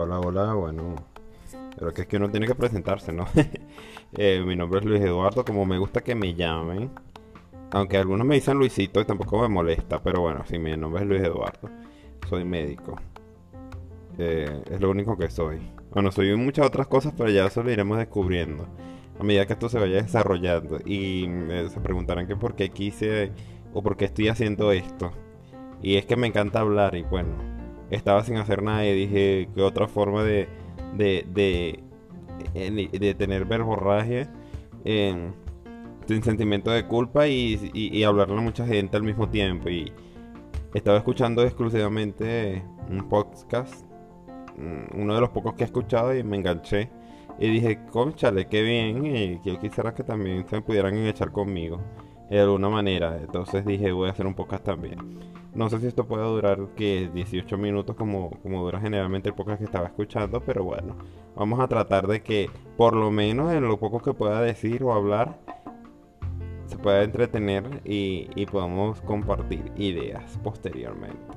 Hola, hola, bueno, pero que es que uno tiene que presentarse, ¿no? Mi nombre es Luis Eduardo, como me gusta que me llamen, aunque algunos me dicen Luisito y tampoco me molesta, pero bueno, sí, mi nombre es Luis Eduardo, soy médico, es lo único que soy. Bueno, soy muchas otras cosas, pero ya eso lo iremos descubriendo a medida que esto se vaya desarrollando y se preguntarán que por qué quise o por qué estoy haciendo esto. Y es que me encanta hablar y bueno, estaba sin hacer nada y dije que otra forma de, de, de tener verborraje eh, sin sentimiento de culpa y hablarle a mucha gente al mismo tiempo. Y estaba escuchando exclusivamente un podcast, uno de los pocos que he escuchado y me enganché. Y dije, cónchale, qué bien, y yo quisiera que también se pudieran echar conmigo de alguna manera. Entonces dije, voy a hacer un podcast también. No sé si esto puede durar que 18 minutos como dura generalmente el podcast que estaba escuchando, pero bueno, vamos a tratar de que por lo menos en lo poco que pueda decir o hablar se pueda entretener y podamos compartir ideas posteriormente.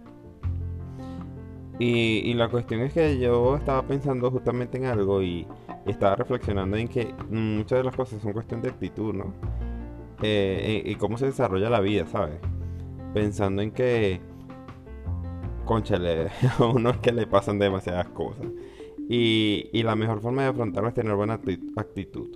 Y la cuestión es que yo estaba pensando justamente en algo y estaba reflexionando en que muchas de las cosas son cuestión de actitud, ¿no? Y cómo se desarrolla la vida, ¿sabes? Pensando en que, conchale, a uno es que le pasan demasiadas cosas. Y la mejor forma de afrontarlo es tener buena actitud.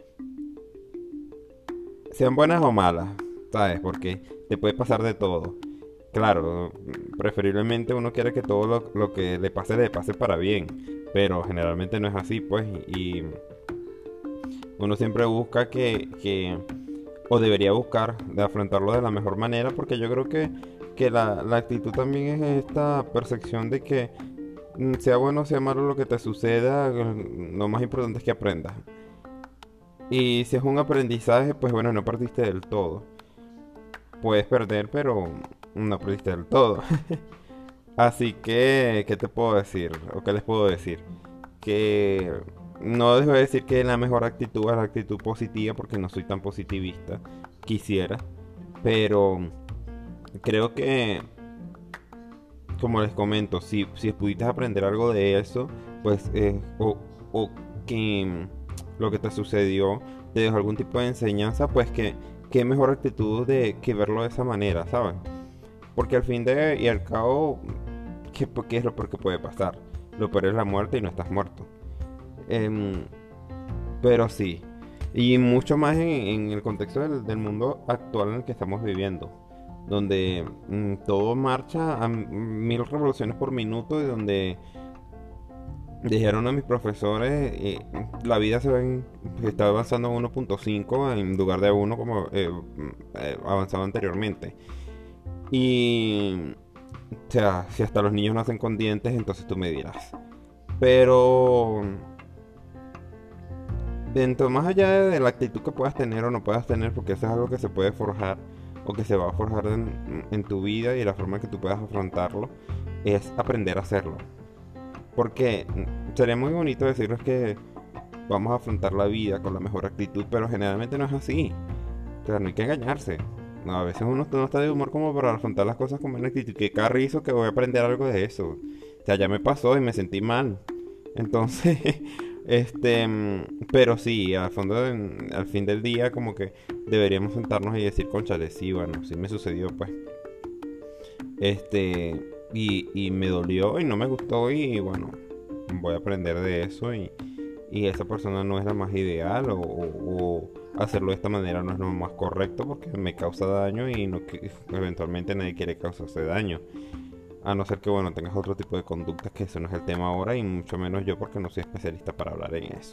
Sean buenas o malas, ¿sabes? Porque te puede pasar de todo. Claro, preferiblemente uno quiere que todo lo que le pase para bien. Pero generalmente no es así, pues. Y uno siempre busca o debería buscar, de afrontarlo de la mejor manera. Porque yo creo que la actitud también es esta percepción de que sea bueno o sea malo lo que te suceda, lo más importante es que aprendas. Y si es un aprendizaje, pues bueno, no perdiste del todo. Puedes perder, pero no perdiste del todo. Así que, ¿qué te puedo decir? ¿O qué les puedo decir? Que no dejo de decir que la mejor actitud es la actitud positiva, porque no soy tan positivista. Quisiera. Pero creo que, como les comento, si pudiste aprender algo de eso, pues, o que lo que te sucedió te dejó algún tipo de enseñanza, pues que qué mejor actitud de que verlo de esa manera, ¿sabes? Porque al fin de y al cabo, ¿qué es lo peor que puede pasar? Lo peor es la muerte y no estás muerto. Em, pero sí, y mucho más en el contexto del mundo actual en el que estamos viviendo, donde todo marcha a mil revoluciones por minuto y donde dijeron a mis profesores, la vida está avanzando a 1.5 en lugar de uno como avanzaba anteriormente. Y, o sea, si hasta los niños nacen con dientes, entonces tú me dirás. Pero, dentro, más allá de la actitud que puedas tener o no puedas tener, porque eso es algo que se puede forjar o que se va a forjar en tu vida y la forma que tú puedas afrontarlo, es aprender a hacerlo. Porque sería muy bonito decirles que vamos a afrontar la vida con la mejor actitud, pero generalmente no es así. O sea, no hay que engañarse. No, a veces uno no está de humor como para afrontar las cosas con buena actitud. Que carrizo que voy a aprender algo de eso. O sea, ya me pasó y me sentí mal. Entonces, pero sí, al fondo, al fin del día, como que deberíamos sentarnos y decir, conchale, sí, bueno, sí me sucedió, pues. Y me dolió y no me gustó y bueno, voy a aprender de eso y esa persona no es la más ideal o hacerlo de esta manera no es lo más correcto porque me causa daño y no eventualmente nadie quiere causarse daño. A no ser que bueno tengas otro tipo de conductas que eso no es el tema ahora y mucho menos yo porque no soy especialista para hablar en eso.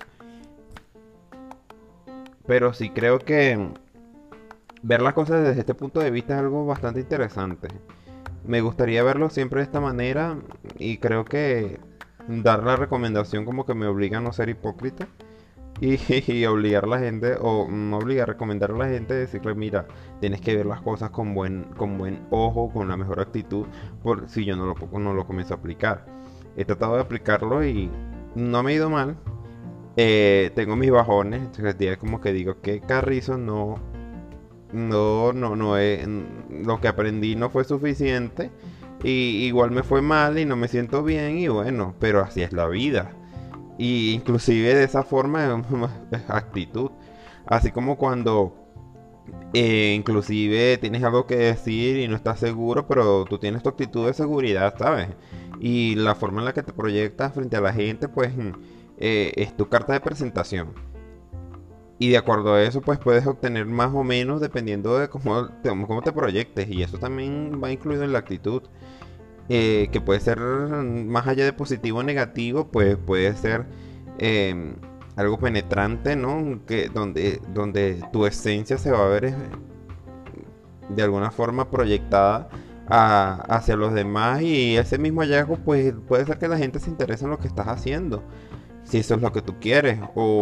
Pero sí creo que ver las cosas desde este punto de vista es algo bastante interesante. Me gustaría verlo siempre de esta manera y creo que dar la recomendación como que me obliga a no ser hipócrita y obligar a la gente, o no obligar, a recomendar a la gente, decirle, mira, tienes que ver las cosas con buen ojo, con la mejor actitud, por si yo no lo comienzo a aplicar. He tratado de aplicarlo y no me ha ido mal. Tengo mis bajones, entonces día como que digo que carrizo no, lo que aprendí no fue suficiente y igual me fue mal y no me siento bien y bueno, pero así es la vida. Y inclusive de esa forma es actitud. Así como cuando inclusive tienes algo que decir y no estás seguro, pero tú tienes tu actitud de seguridad, ¿sabes? Y la forma en la que te proyectas frente a la gente, pues es tu carta de presentación. Y de acuerdo a eso, pues puedes obtener más o menos dependiendo de cómo te proyectes. Y eso también va incluido en la actitud. Que puede ser más allá de positivo o negativo, pues puede ser eh, algo penetrante, ¿no? Donde tu esencia se va a ver de alguna forma proyectada hacia los demás y ese mismo hallazgo pues puede ser que la gente se interese en lo que estás haciendo, si eso es lo que tú quieres,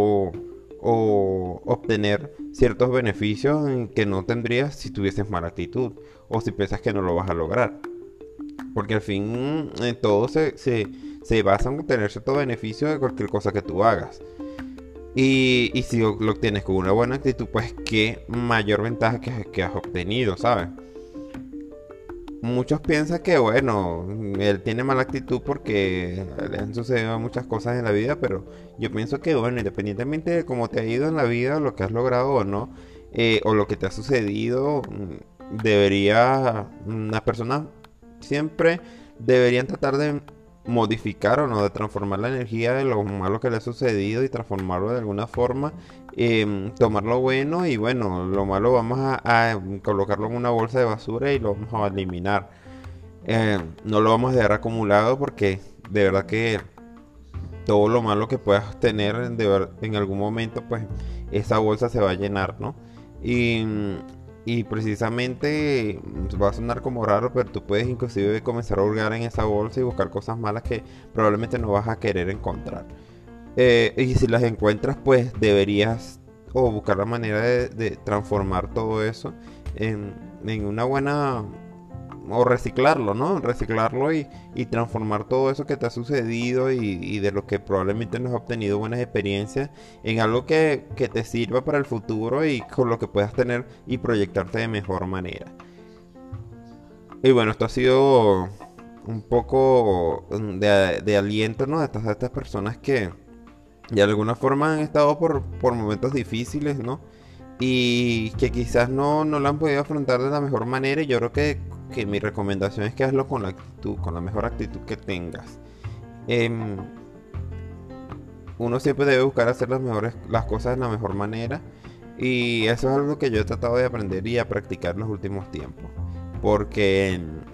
o obtener ciertos beneficios que no tendrías si tuvieses mala actitud o si piensas que no lo vas a lograr. Porque al fin todo se basa en obtener cierto beneficio de cualquier cosa que tú hagas. Y si lo obtienes con una buena actitud, pues qué mayor ventaja que has obtenido, ¿sabes? Muchos piensan que, bueno, él tiene mala actitud porque le han sucedido muchas cosas en la vida, pero yo pienso que, bueno, independientemente de cómo te ha ido en la vida, lo que has logrado o no, o lo que te ha sucedido, debería, las personas siempre deberían tratar de modificar o no, de transformar la energía de lo malo que le ha sucedido y transformarlo de alguna forma, tomar lo bueno y bueno, lo malo vamos a colocarlo en una bolsa de basura y lo vamos a eliminar. No lo vamos a dejar acumulado porque de verdad que todo lo malo que puedas tener en algún momento, pues esa bolsa se va a llenar, ¿no? Y, y precisamente va a sonar como raro, pero tú puedes inclusive comenzar a hurgar en esa bolsa y buscar cosas malas que probablemente no vas a querer encontrar. Y si las encuentras, pues deberías o buscar la manera de transformar todo eso en una buena o reciclarlo, ¿no? Reciclarlo y transformar todo eso que te ha sucedido y de lo que probablemente no has obtenido buenas experiencias en algo que te sirva para el futuro y con lo que puedas tener y proyectarte de mejor manera. Y bueno, esto ha sido un poco de aliento, ¿no? De estas personas que de alguna forma han estado por momentos difíciles, ¿no? Y que quizás no lo han podido afrontar de la mejor manera. Y yo creo que mi recomendación es que hazlo con la actitud, con la mejor actitud que tengas. Em, Uno siempre debe buscar hacer las cosas de la mejor manera. Y eso es algo que yo he tratado de aprender y a practicar en los últimos tiempos. Porque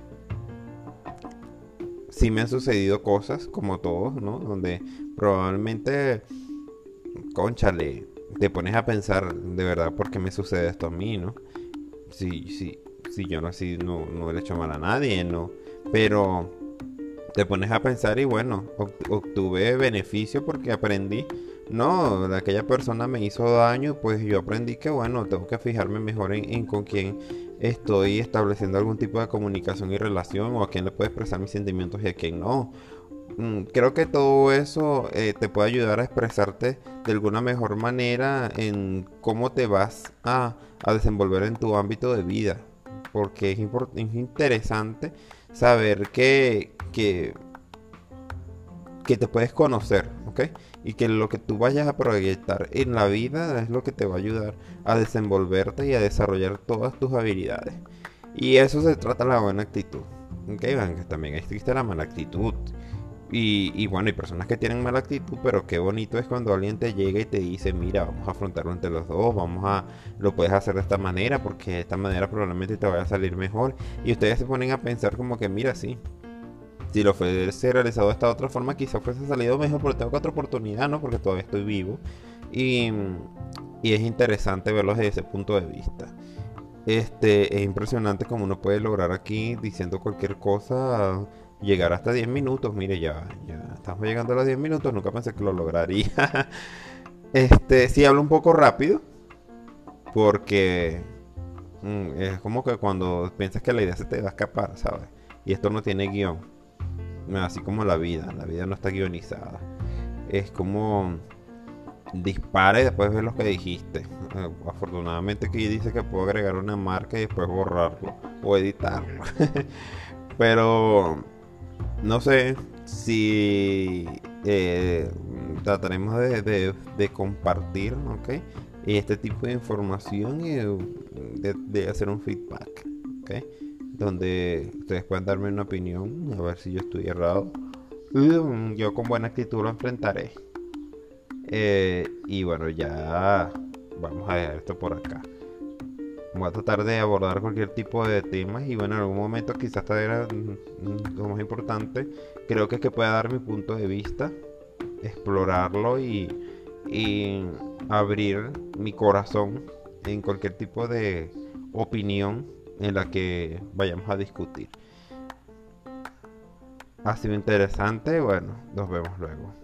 sí me han sucedido cosas, como todos, ¿no? Donde probablemente, cónchale, te pones a pensar de verdad por qué me sucede esto a mí, ¿no? Si yo no así no le he hecho mal a nadie, ¿no? Pero te pones a pensar y bueno, obtuve beneficio porque aprendí, no, de aquella persona me hizo daño, pues yo aprendí que bueno, tengo que fijarme mejor en con quién estoy estableciendo algún tipo de comunicación y relación o a quién le puedo expresar mis sentimientos y a quién no. Creo que todo eso te puede ayudar a expresarte de alguna mejor manera en cómo te vas a desenvolver en tu ámbito de vida. Porque es interesante saber que te puedes conocer, ¿ok? Y que lo que tú vayas a proyectar en la vida es lo que te va a ayudar a desenvolverte y a desarrollar todas tus habilidades. Y eso se trata de la buena actitud. ¿Ok? Vean que también existe la mala actitud. Y bueno, hay personas que tienen mala actitud, pero qué bonito es cuando alguien te llega y te dice, mira, vamos a afrontarlo entre los dos, lo puedes hacer de esta manera, porque de esta manera probablemente te vaya a salir mejor. Y ustedes se ponen a pensar como que, mira, sí, si lo fuese realizado de esta otra forma, quizás fuese salido mejor, pero tengo otra oportunidad, ¿no? Porque todavía estoy vivo. Y, y es interesante verlo desde ese punto de vista. Es impresionante como uno puede lograr aquí diciendo cualquier cosa, llegar hasta 10 minutos. Mire, ya estamos llegando a los 10 minutos, nunca pensé que lo lograría. Sí hablo un poco rápido, porque es como que cuando piensas que la idea se te va a escapar, ¿sabes? Y esto no tiene guión, así como la vida no está guionizada. Es como dispara y después ves lo que dijiste. Afortunadamente aquí dice que puedo agregar una marca y después borrarlo o editarlo. Pero no sé si trataremos de compartir, ¿ok? Y este tipo de información y de hacer un feedback, ¿ok? Donde ustedes puedan darme una opinión, a ver si yo estoy errado. Y yo con buena actitud lo enfrentaré. Y bueno, ya vamos a dejar esto por acá. Voy a tratar de abordar cualquier tipo de temas y bueno, en algún momento quizás esta era lo más importante. Creo que es que pueda dar mi punto de vista, explorarlo y abrir mi corazón en cualquier tipo de opinión en la que vayamos a discutir. Ha sido interesante, bueno, nos vemos luego.